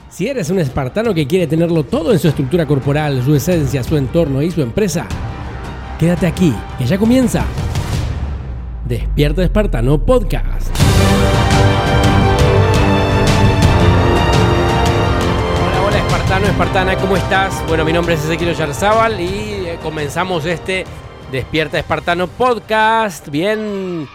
Si eres un espartano que quiere tenerlo todo en su estructura corporal, su esencia, su entorno y su empresa, quédate aquí, que ya comienza Despierta Espartano Podcast. Hola espartano, espartana, ¿cómo estás? Bueno, mi nombre es Ezequiel Oyarzábal y comenzamos este Despierta Espartano Podcast. Bien,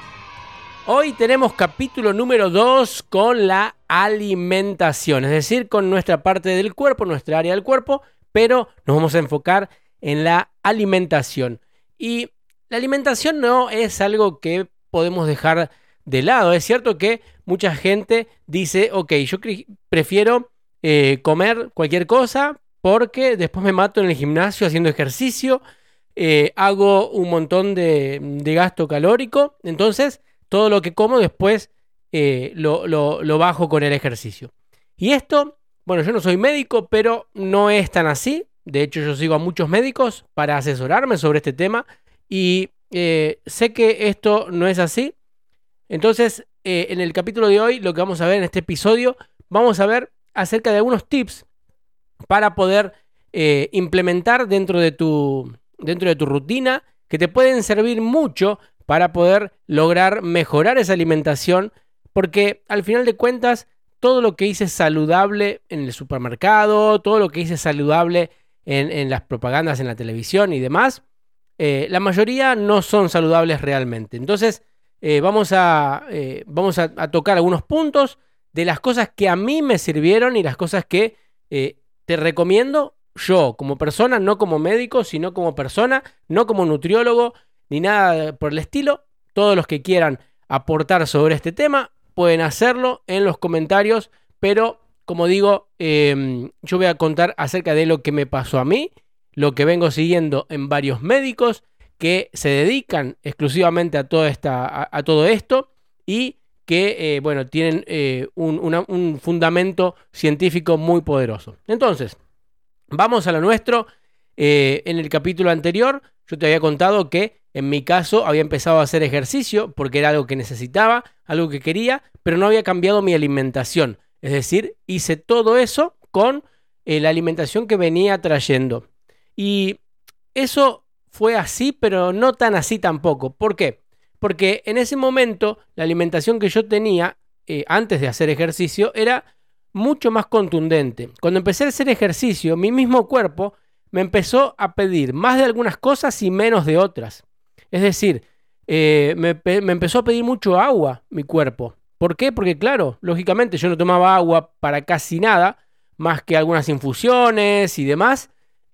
hoy tenemos capítulo número 2 con la alimentación, es decir, con nuestra parte del cuerpo, nuestra área del cuerpo, pero nos vamos a enfocar en la alimentación. Y la alimentación no es algo que podemos dejar de lado. Es cierto que mucha gente dice, ok, yo prefiero comer cualquier cosa porque después me mato en el gimnasio haciendo ejercicio, hago un montón de gasto calórico, entonces todo lo que como después lo bajo con el ejercicio. Y esto, bueno, yo no soy médico, pero no es tan así. De hecho, yo sigo a muchos médicos para asesorarme sobre este tema y sé que esto no es así. Entonces, en el capítulo de hoy, lo que vamos a ver en este episodio, vamos a ver acerca de algunos tips para poder implementar dentro de tu rutina que te pueden servir mucho para poder lograr mejorar esa alimentación, porque al final de cuentas todo lo que hice saludable en el supermercado, todo lo que hice saludable en las propagandas en la televisión y demás, la mayoría no son saludables realmente. Entonces vamos a tocar algunos puntos de las cosas que a mí me sirvieron y las cosas que te recomiendo yo como persona, no como médico, sino como persona, no como nutriólogo ni nada por el estilo. Todos los que quieran aportar sobre este tema pueden hacerlo en los comentarios, pero como digo, yo voy a contar acerca de lo que me pasó a mí, lo que vengo siguiendo en varios médicos que se dedican exclusivamente a todo esto y que bueno, tienen un fundamento científico muy poderoso. Entonces, vamos a lo nuestro. En el capítulo anterior yo te había contado que en mi caso había empezado a hacer ejercicio porque era algo que necesitaba, algo que quería, pero no había cambiado mi alimentación. Es decir, hice todo eso con la alimentación que venía trayendo. Y eso fue así, pero no tan así tampoco. ¿Por qué? Porque en ese momento la alimentación que yo tenía antes de hacer ejercicio era mucho más contundente. Cuando empecé a hacer ejercicio, mi mismo cuerpo me empezó a pedir más de algunas cosas y menos de otras. Es decir, me empezó a pedir mucho agua mi cuerpo. ¿Por qué? Porque claro, lógicamente yo no tomaba agua para casi nada, más que algunas infusiones y demás.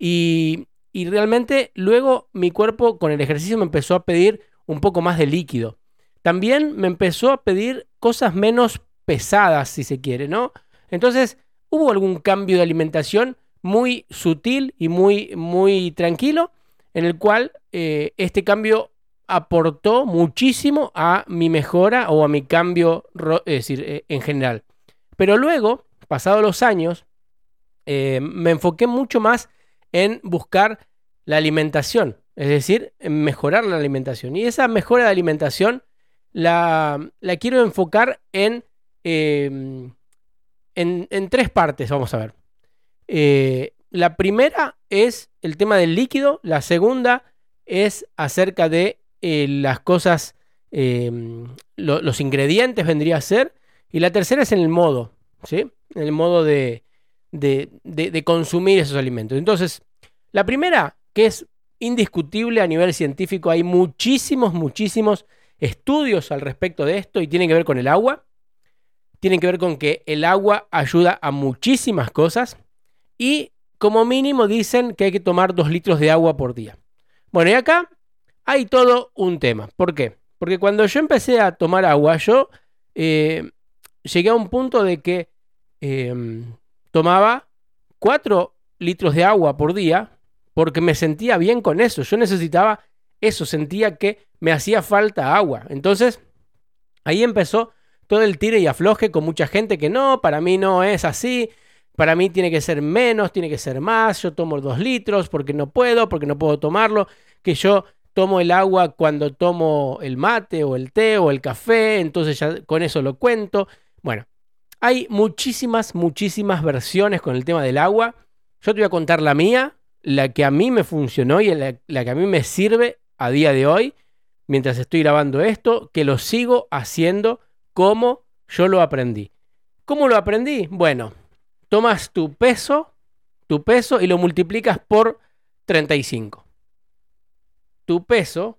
Y realmente luego mi cuerpo con el ejercicio me empezó a pedir un poco más de líquido. También me empezó a pedir cosas menos pesadas, si se quiere, ¿no? Entonces hubo algún cambio de alimentación muy sutil y muy tranquilo, en el cual este cambio aportó muchísimo a mi mejora o a mi cambio, es decir, en general. Pero luego, pasados los años, me enfoqué mucho más en buscar la alimentación, es decir, en mejorar la alimentación. Y esa mejora de alimentación la quiero enfocar en tres partes, vamos a ver. La primera es el tema del líquido, la segunda es acerca de las cosas, los ingredientes vendría a ser, y la tercera es en el modo, ¿sí? En el modo de consumir esos alimentos. Entonces, la primera, que es indiscutible a nivel científico, hay muchísimos estudios al respecto de esto y tienen que ver con el agua. Tienen que ver con que el agua ayuda a muchísimas cosas y como mínimo dicen que hay que tomar 2 litros de agua por día. Bueno, y acá hay todo un tema. ¿Por qué? Porque cuando yo empecé a tomar agua, yo llegué a un punto de que tomaba 4 litros de agua por día porque me sentía bien con eso. Yo necesitaba eso, sentía que me hacía falta agua. Entonces, ahí empezó todo el tire y afloje con mucha gente que no, para mí no es así, para mí tiene que ser menos, tiene que ser más, yo tomo 2 litros porque no puedo tomarlo, que yo tomo el agua cuando tomo el mate o el té o el café, entonces ya con eso lo cuento. Bueno, Hay muchísimas versiones con el tema del agua. Yo te voy a contar la mía, la que a mí me funcionó y la que a mí me sirve a día de hoy, mientras estoy grabando esto, que lo sigo haciendo como yo lo aprendí. ¿Cómo lo aprendí? Bueno, tomas tu peso y lo multiplicas por 35. Tu peso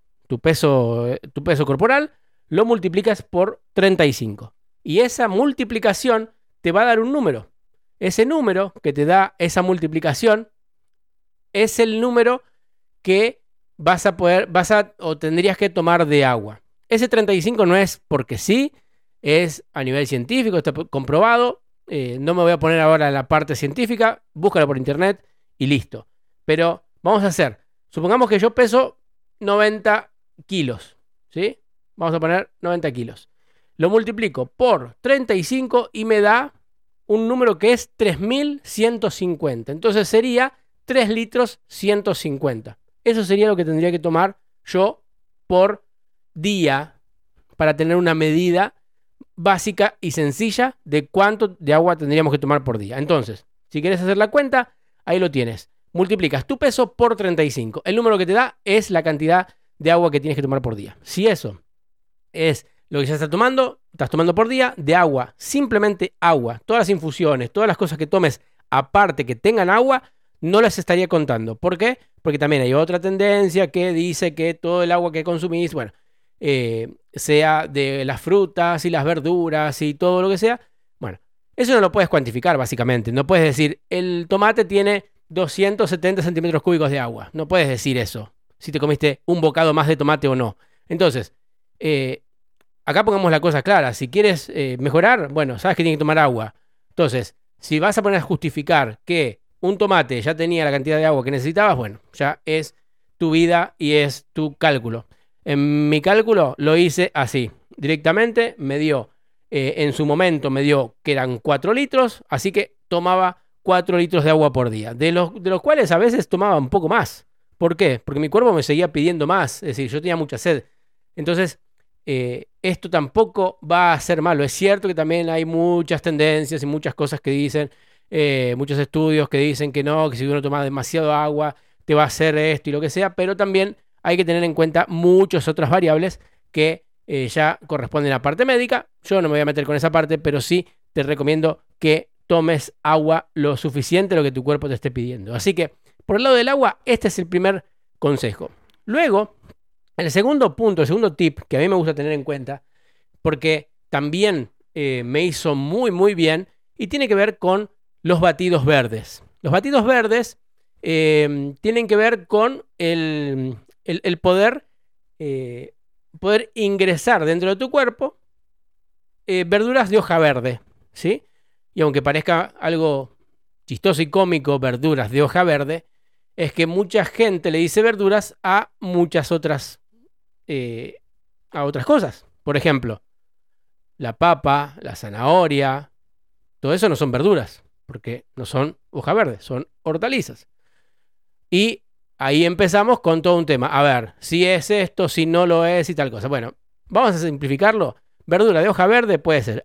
corporal, lo multiplicas por 35. Y esa multiplicación te va a dar un número. Ese número que te da esa multiplicación es el número que tendrías que tomar de agua. Ese 35 no es porque sí, es a nivel científico, está comprobado. No me voy a poner ahora en la parte científica, búscalo por internet y listo. Pero vamos a hacer, supongamos que yo peso 90 kilos, ¿sí? Vamos a poner 90 kilos. Lo multiplico por 35 y me da un número que es 3150. Entonces sería 3 litros 150. Eso sería lo que tendría que tomar yo por día para tener una medida básica y sencilla de cuánto de agua tendríamos que tomar por día. Entonces, si quieres hacer la cuenta, ahí lo tienes. Multiplicas tu peso por 35. El número que te da es la cantidad de agua que tienes que tomar por día. Si eso es lo que ya estás tomando por día de agua, simplemente agua, todas las infusiones, todas las cosas que tomes aparte que tengan agua, no las estaría contando. ¿Por qué? Porque también hay otra tendencia que dice que todo el agua que consumís, bueno, sea de las frutas y las verduras y todo lo que sea, bueno, eso no lo puedes cuantificar básicamente. No puedes decir, el tomate tiene 270 centímetros cúbicos de agua. No puedes decir eso, si te comiste un bocado más de tomate o no. Entonces, acá pongamos la cosa clara. Si quieres mejorar, bueno, sabes que tienes que tomar agua. Entonces, si vas a poner a justificar que un tomate ya tenía la cantidad de agua que necesitabas, bueno, ya es tu vida y es tu cálculo. En mi cálculo lo hice así. Directamente me dio, en su momento me dio que eran 4 litros, así que tomaba 4 litros de agua por día, de los cuales a veces tomaba un poco más. ¿Por qué? Porque mi cuerpo me seguía pidiendo más, es decir, yo tenía mucha sed. Entonces, esto tampoco va a ser malo. Es cierto que también hay muchas tendencias y muchas cosas que dicen, muchos estudios que dicen que no, que si uno toma demasiado agua te va a hacer esto y lo que sea, pero también hay que tener en cuenta muchas otras variables que ya corresponden a la parte médica. Yo no me voy a meter con esa parte, pero sí te recomiendo que tomes agua lo suficiente, lo que tu cuerpo te esté pidiendo. Así que, por el lado del agua, este es el primer consejo. Luego, el segundo punto, el segundo tip que a mí me gusta tener en cuenta, porque también me hizo muy bien, y tiene que ver con los batidos verdes. Los batidos verdes tienen que ver con el poder ingresar dentro de tu cuerpo verduras de hoja verde, ¿sí? Y aunque parezca algo chistoso y cómico, verduras de hoja verde, es que mucha gente le dice verduras a muchas otras cosas. Por ejemplo, la papa, la zanahoria, todo eso no son verduras, porque no son hoja verde, son hortalizas. Y ahí empezamos con todo un tema. A ver, si es esto, si no lo es y tal cosa. Bueno, vamos a simplificarlo. Verdura de hoja verde puede ser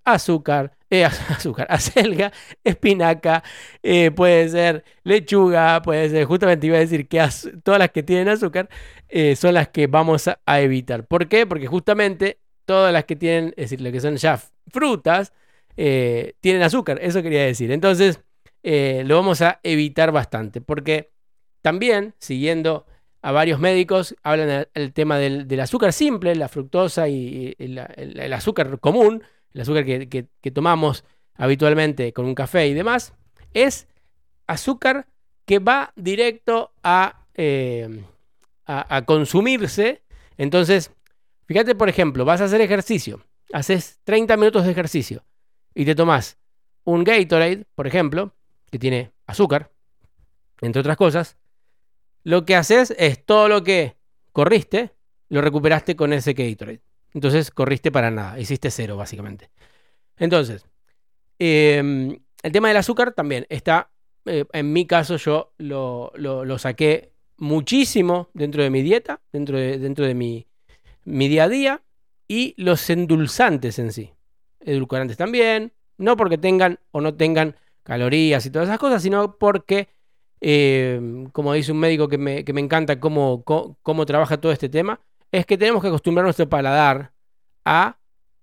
acelga, espinaca, puede ser lechuga, puede ser, justamente iba a decir que todas las que tienen azúcar son las que vamos a evitar. ¿Por qué? Porque justamente todas las que tienen, es decir, lo que son ya frutas, tienen azúcar, eso quería decir. Entonces, lo vamos a evitar bastante, porque también, siguiendo a varios médicos, hablan del tema del azúcar simple, la fructosa y el azúcar común, el azúcar que tomamos habitualmente con un café y demás, es azúcar que va directo a consumirse. Entonces, fíjate, por ejemplo, vas a hacer ejercicio, haces 30 minutos de ejercicio y te tomas un Gatorade, por ejemplo, que tiene azúcar, entre otras cosas. Lo que haces es todo lo que corriste, lo recuperaste con ese Gatorade. Entonces corriste para nada, hiciste cero básicamente. Entonces, el tema del azúcar también está, en mi caso yo lo saqué muchísimo dentro de mi dieta, dentro de mi día a día, y los endulzantes en sí. Edulcorantes también, No porque tengan o no tengan calorías y todas esas cosas, sino porque, como dice un médico que me encanta cómo trabaja todo este tema, es que tenemos que acostumbrar nuestro paladar a,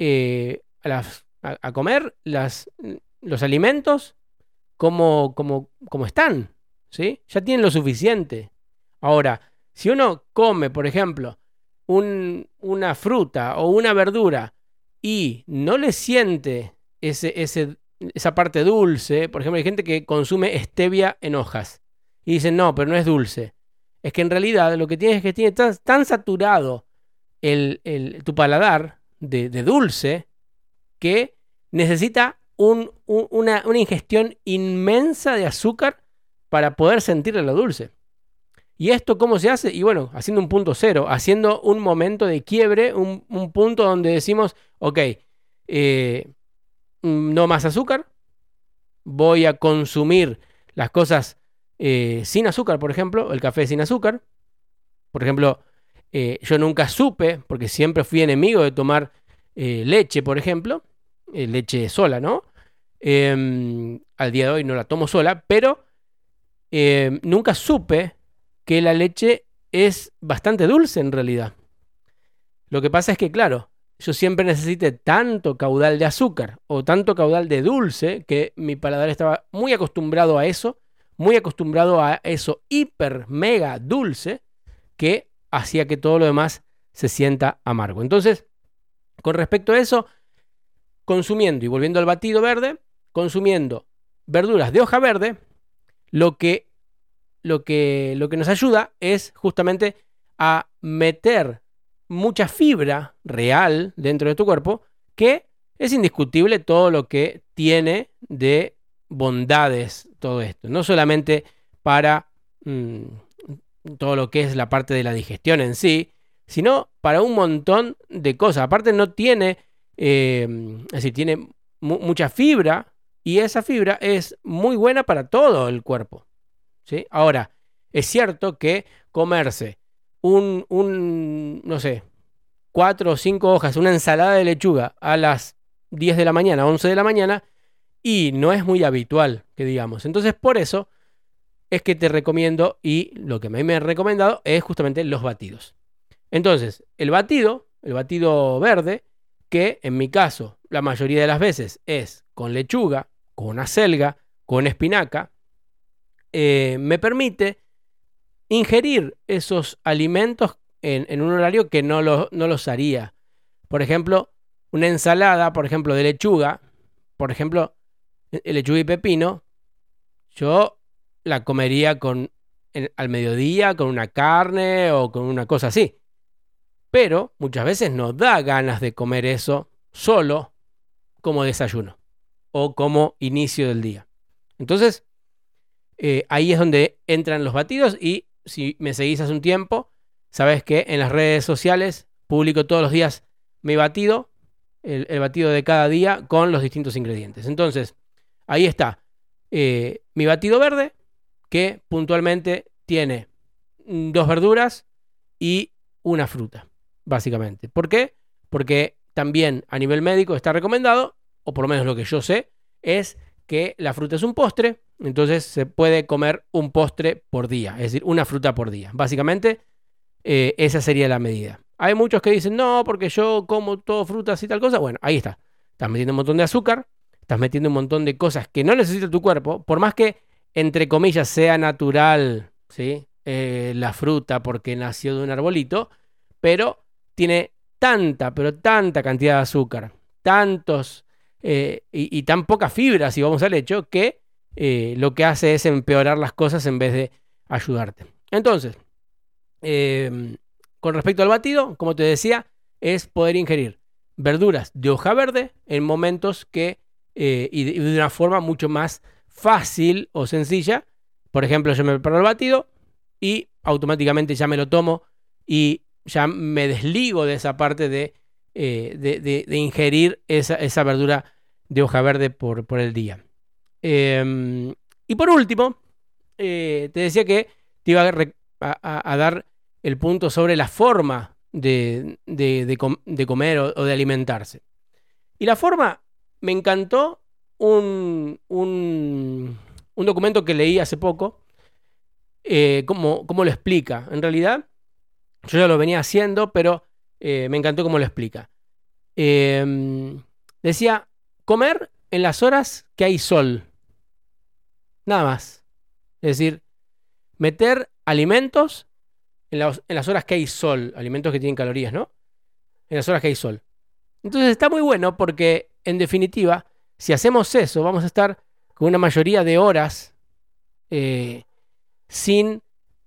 a comer los alimentos como están, ¿sí? Ya tienen lo suficiente. Ahora, si uno come, por ejemplo, una fruta o una verdura y no le siente esa parte dulce, por ejemplo, hay gente que consume stevia en hojas y dicen, no, pero no es dulce. Es que en realidad lo que tiene es que tiene tan saturado tu paladar de dulce que necesita una ingestión inmensa de azúcar para poder sentirle lo dulce. ¿Y esto cómo se hace? Y bueno, haciendo un punto cero, haciendo un momento de quiebre, un punto donde decimos, ok, no más azúcar, voy a consumir las cosas sin azúcar, por ejemplo, el café sin azúcar. Por ejemplo, yo nunca supe, porque siempre fui enemigo de tomar leche, por ejemplo, leche sola, ¿no? Al día de hoy no la tomo sola, pero nunca supe que la leche es bastante dulce en realidad. Lo que pasa es que, claro, yo siempre necesité tanto caudal de azúcar o tanto caudal de dulce que mi paladar estaba muy acostumbrado a eso, muy acostumbrado a eso hiper mega dulce que hacía que todo lo demás se sienta amargo. Entonces, con respecto a eso, consumiendo y volviendo al batido verde, consumiendo verduras de hoja verde, lo que nos ayuda es justamente a meter mucha fibra real dentro de tu cuerpo, que es indiscutible todo lo que tiene de bondades todo esto. No solamente para todo lo que es la parte de la digestión en sí, sino para un montón de cosas. Aparte no tiene, es decir, tiene mucha fibra y esa fibra es muy buena para todo el cuerpo, ¿sí? Ahora, es cierto que comerse no sé, 4 o 5 hojas, una ensalada de lechuga a las 10 de la mañana, 11 de la mañana, y no es muy habitual, que digamos. Entonces, por eso es que te recomiendo, y lo que a mí me han recomendado, es justamente los batidos. Entonces, el batido verde, que en mi caso, la mayoría de las veces es con lechuga, con acelga, con espinaca, me permite ingerir esos alimentos en un horario que no los haría. Por ejemplo, una ensalada, por ejemplo, de lechuga, por ejemplo, lechuga y pepino, yo la comería al mediodía con una carne o con una cosa así. Pero muchas veces nos da ganas de comer eso solo como desayuno o como inicio del día. Entonces, ahí es donde entran los batidos y si me seguís hace un tiempo, sabes que en las redes sociales publico todos los días mi batido, el batido de cada día con los distintos ingredientes. Entonces, ahí está mi batido verde, que puntualmente tiene 2 verduras y una fruta, básicamente. ¿Por qué? Porque también a nivel médico está recomendado, o por lo menos lo que yo sé, es que la fruta es un postre, entonces se puede comer un postre por día, es decir, una fruta por día. Básicamente, esa sería la medida. Hay muchos que dicen, no, porque yo como todo frutas y tal cosa. Bueno, ahí está. Estás metiendo un montón de azúcar, estás metiendo un montón de cosas que no necesita tu cuerpo, por más que, entre comillas, sea natural, ¿sí? La fruta porque nació de un arbolito, pero tiene pero tanta cantidad de azúcar, tantos y tan poca fibra, si vamos al hecho, que lo que hace es empeorar las cosas en vez de ayudarte. Entonces, con respecto al batido, como te decía, es poder ingerir verduras de hoja verde en momentos y de una forma mucho más fácil o sencilla. Por ejemplo, yo me preparo el batido y automáticamente ya me lo tomo y ya me desligo de esa parte de ingerir esa verdura de hoja verde por el día. Y por último, te decía que te iba a dar el punto sobre la forma de comer o de alimentarse. Y la forma me encantó un documento que leí hace poco, cómo lo explica. En realidad, yo ya lo venía haciendo, pero me encantó cómo lo explica. Decía, comer en las horas que hay sol. Nada más. Es decir, meter alimentos en las horas que hay sol. Alimentos que tienen calorías, ¿no? En las horas que hay sol. Entonces está muy bueno porque, en definitiva, si hacemos eso, vamos a estar con una mayoría de horas sin...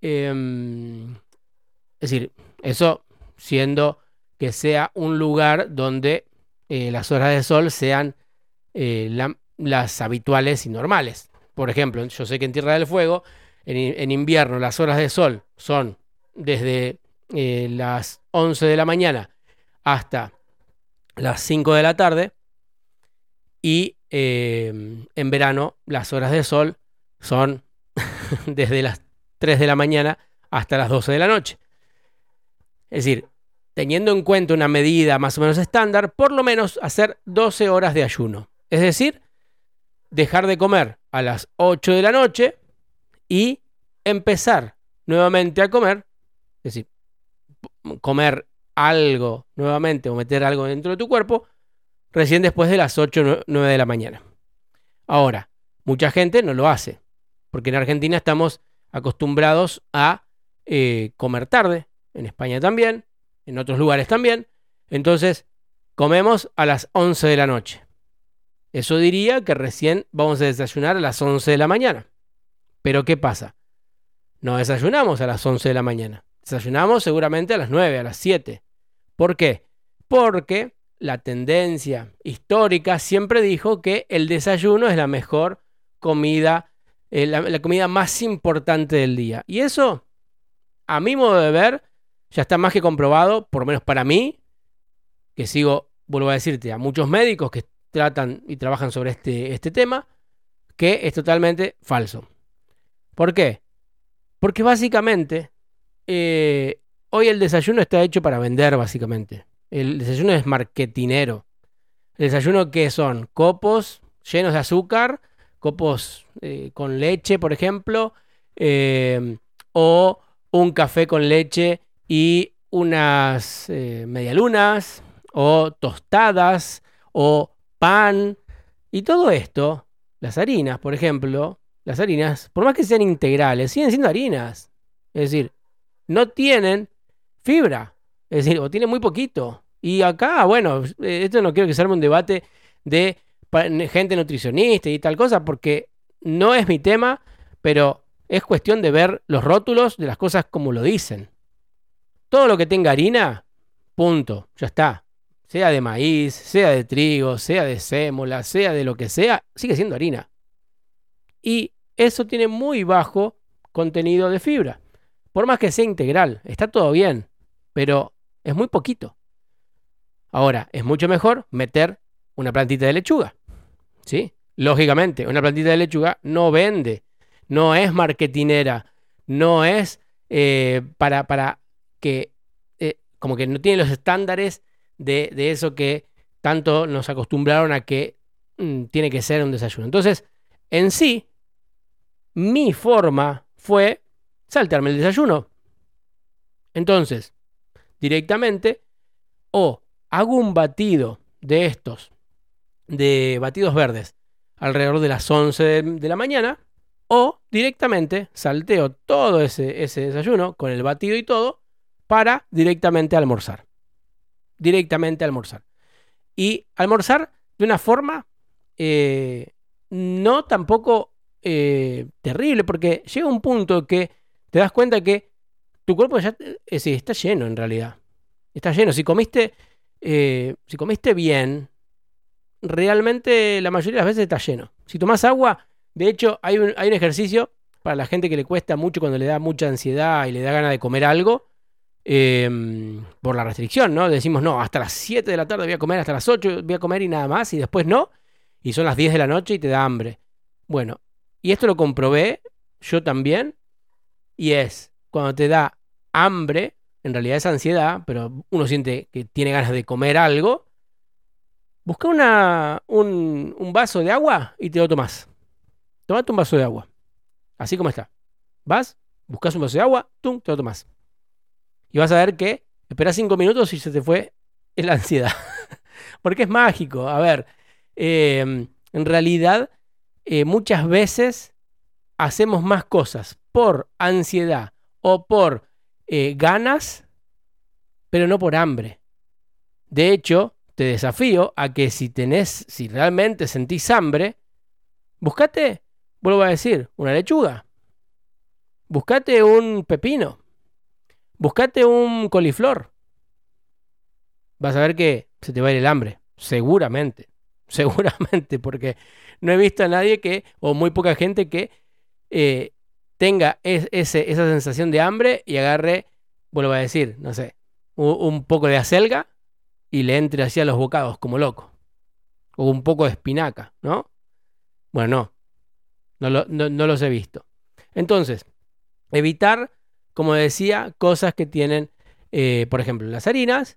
es decir, eso siendo que sea un lugar donde las horas de sol sean las habituales y normales. Por ejemplo, yo sé que en Tierra del Fuego, en invierno, las horas de sol son desde las 11 de la mañana hasta las 5 de la tarde, y en verano las horas de sol son desde las 3 de la mañana hasta las 12 de la noche. Es decir, teniendo en cuenta una medida más o menos estándar, por lo menos hacer 12 horas de ayuno. Es decir, dejar de comer a las 8 de la noche y empezar nuevamente a comer, es decir, comer algo nuevamente o meter algo dentro de tu cuerpo recién después de las 8 o 9 de la mañana. Ahora, mucha gente no lo hace, porque en Argentina estamos acostumbrados a comer tarde, en España también, en otros lugares también. Entonces, comemos a las 11 de la noche. Eso diría que recién vamos a desayunar a las 11 de la mañana. Pero ¿qué pasa? No desayunamos a las 11 de la mañana. Desayunamos seguramente a las 9, a las 7. ¿Por qué? Porque la tendencia histórica siempre dijo que el desayuno es la mejor comida, la comida más importante del día. Y eso, a mi modo de ver, ya está más que comprobado, por lo menos para mí, que sigo, vuelvo a decirte, a muchos médicos que tratan y trabajan sobre este tema, que es totalmente falso. ¿Por qué? Porque básicamente hoy el desayuno está hecho para vender, básicamente. El desayuno es marketinero. El desayuno, ¿qué son? Copos llenos de azúcar, copos con leche, por ejemplo, o un café con leche y unas medialunas, o tostadas, o pan. Y todo esto, las harinas, por ejemplo, las harinas, por más que sean integrales, siguen siendo harinas. Es decir, no tienen fibra. Es decir, o tienen muy poquito. Y acá, bueno, esto no quiero que se arme un debate de gente nutricionista y tal cosa, porque no es mi tema, pero es cuestión de ver los rótulos de las cosas como lo dicen. Todo lo que tenga harina, punto, ya está. Sea de maíz, sea de trigo, sea de sémola, sea de lo que sea, sigue siendo harina. Y eso tiene muy bajo contenido de fibra. Por más que sea integral, está todo bien, pero es muy poquito. Ahora, es mucho mejor meter una plantita de lechuga, ¿sí? Lógicamente, una plantita de lechuga no vende, no es marketinera, no es para que, como que no tiene los estándares de eso que tanto nos acostumbraron a que tiene que ser un desayuno. Entonces, en sí, mi forma fue saltarme el desayuno. Entonces, directamente, o hago un batido de estos, de batidos verdes, alrededor de las 11 de la mañana, o directamente salteo todo ese desayuno con el batido y todo para directamente almorzar. Directamente almorzar. Y almorzar de una forma no tampoco terrible, porque llega un punto que te das cuenta que tu cuerpo ya está lleno en realidad. Está lleno. Si comiste bien, realmente la mayoría de las veces está lleno. Si tomás agua, de hecho, hay un ejercicio para la gente que le cuesta mucho cuando le da mucha ansiedad y le da ganas de comer algo, por la restricción, ¿no? Decimos, no, hasta las 7 de la tarde voy a comer, hasta las 8 voy a comer y nada más, y después no, y son las 10 de la noche y te da hambre. Bueno, y esto lo comprobé yo también, y es cuando te da hambre, en realidad es ansiedad, pero uno siente que tiene ganas de comer algo, Busca un vaso de agua y te lo tomás. Tomate un vaso de agua, así como está. Vas, buscas un vaso de agua, ¡tum!, te lo tomás. Y vas a ver que esperás 5 minutos y se te fue la ansiedad. Porque es mágico. A ver, en realidad muchas veces hacemos más cosas por ansiedad o por ganas, pero no por hambre. De hecho, te desafío a que si realmente sentís hambre, buscate, vuelvo a decir, una lechuga, buscate un pepino, buscate un coliflor. Vas a ver que se te va a ir el hambre, seguramente, seguramente, porque no he visto a nadie o muy poca gente que tenga esa sensación de hambre y agarre, vuelvo a decir, no sé, un poco de acelga y le entre así a los bocados como loco. O un poco de espinaca, ¿no? Bueno, no los he visto. Entonces, evitar, como decía, cosas que tienen, por ejemplo, las harinas,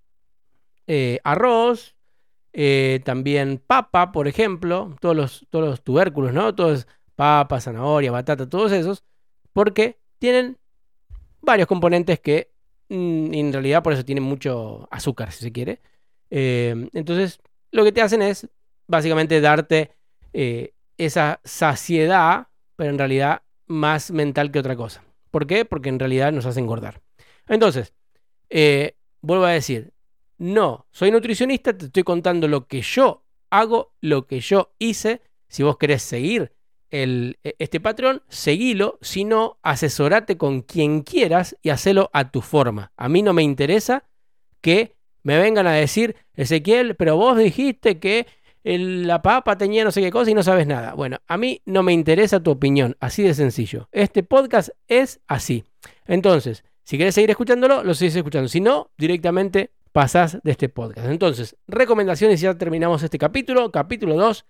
arroz, también papa, por ejemplo, todos los tubérculos, ¿no? Todos papa, zanahoria, batata, todos esos, porque tienen varios componentes que en realidad por eso tienen mucho azúcar, si se quiere. Entonces, lo que te hacen es básicamente darte esa saciedad, pero en realidad más mental que otra cosa. ¿Por qué? Porque en realidad nos hace engordar. Entonces, vuelvo a decir, no, soy nutricionista, te estoy contando lo que yo hago, lo que yo hice. Si vos querés seguir este patrón, seguilo. Si no, asesorate con quien quieras y hacelo a tu forma. A mí no me interesa que me vengan a decir, Ezequiel, pero vos dijiste que la papa tenía no sé qué cosa y no sabes nada. Bueno, a mí no me interesa tu opinión, así de sencillo. Este podcast es así. Entonces, si querés seguir escuchándolo, lo seguís escuchando. Si no, directamente pasás de este podcast. Entonces, recomendaciones, ya terminamos este capítulo. Capítulo 2.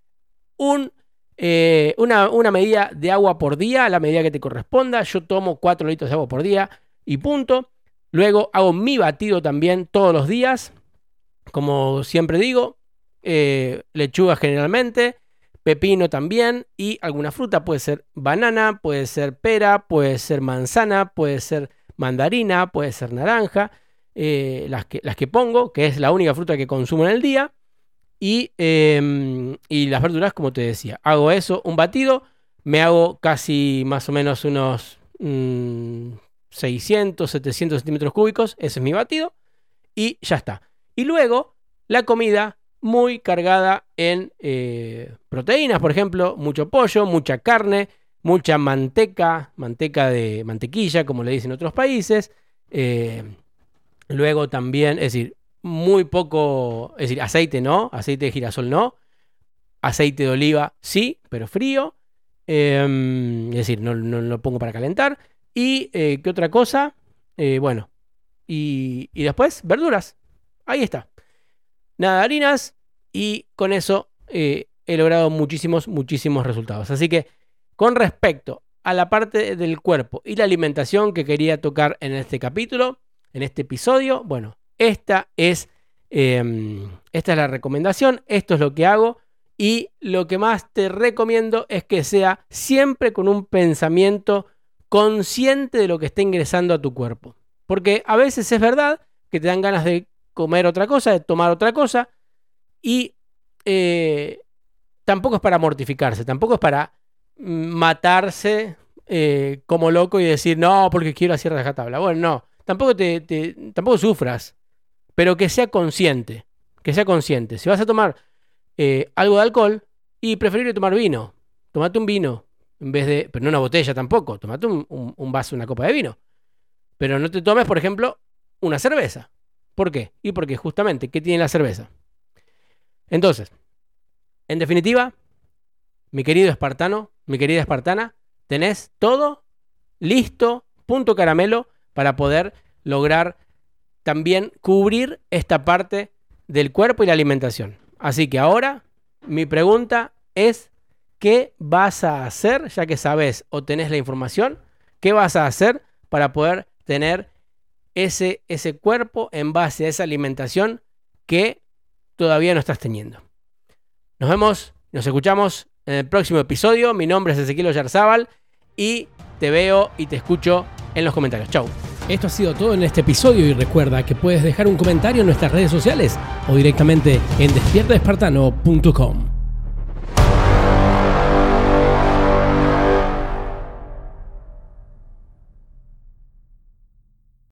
Una medida de agua por día, la medida que te corresponda. Yo tomo 4 litros de agua por día y punto. Luego hago mi batido también todos los días. Como siempre digo, lechuga generalmente, pepino también y alguna fruta. Puede ser banana, puede ser pera, puede ser manzana, puede ser mandarina, puede ser naranja. Las que pongo, que es la única fruta que consumo en el día. Y las verduras, como te decía, hago eso, un batido, me hago casi más o menos unos 600, 700 centímetros cúbicos, ese es mi batido, y ya está. Y luego, la comida muy cargada en proteínas, por ejemplo, mucho pollo, mucha carne, mucha mantequilla, como le dicen en otros países. Luego también, es decir, muy poco, es decir, aceite no, aceite de girasol no, aceite de oliva sí, pero frío, es decir, no lo pongo para calentar. ¿Y qué otra cosa? Bueno, y después verduras, ahí está. Nada de harinas y con eso he logrado muchísimos resultados. Así que con respecto a la parte del cuerpo y la alimentación que quería tocar en este capítulo, en este episodio, bueno, esta es la recomendación, esto es lo que hago y lo que más te recomiendo es que sea siempre con un pensamiento consciente de lo que está ingresando a tu cuerpo. Porque a veces es verdad que te dan ganas de comer otra cosa, de tomar otra cosa y tampoco es para mortificarse, tampoco es para matarse como loco y decir no, porque quiero hacer rajatabla. Bueno, no, tampoco sufras, pero que sea consciente, Si vas a tomar algo de alcohol y preferible tomar vino, tomate un vino en vez de, pero no una botella tampoco, tomate un vaso, una copa de vino, pero no te tomes, por ejemplo, una cerveza. ¿Por qué? Y porque justamente, ¿qué tiene la cerveza? Entonces, en definitiva, mi querido espartano, mi querida espartana, tenés todo listo, punto caramelo, para poder lograr también cubrir esta parte del cuerpo y la alimentación. Así que ahora mi pregunta es, ¿qué vas a hacer, ya que sabes o tenés la información, qué vas a hacer para poder tener ese cuerpo en base a esa alimentación que todavía no estás teniendo. Nos vemos, nos escuchamos en el próximo episodio. Mi nombre es Ezequiel Oyarzábal y te veo y te escucho en los comentarios. Chau. Esto ha sido todo en este episodio y recuerda que puedes dejar un comentario en nuestras redes sociales o directamente en despiertaespartano.com.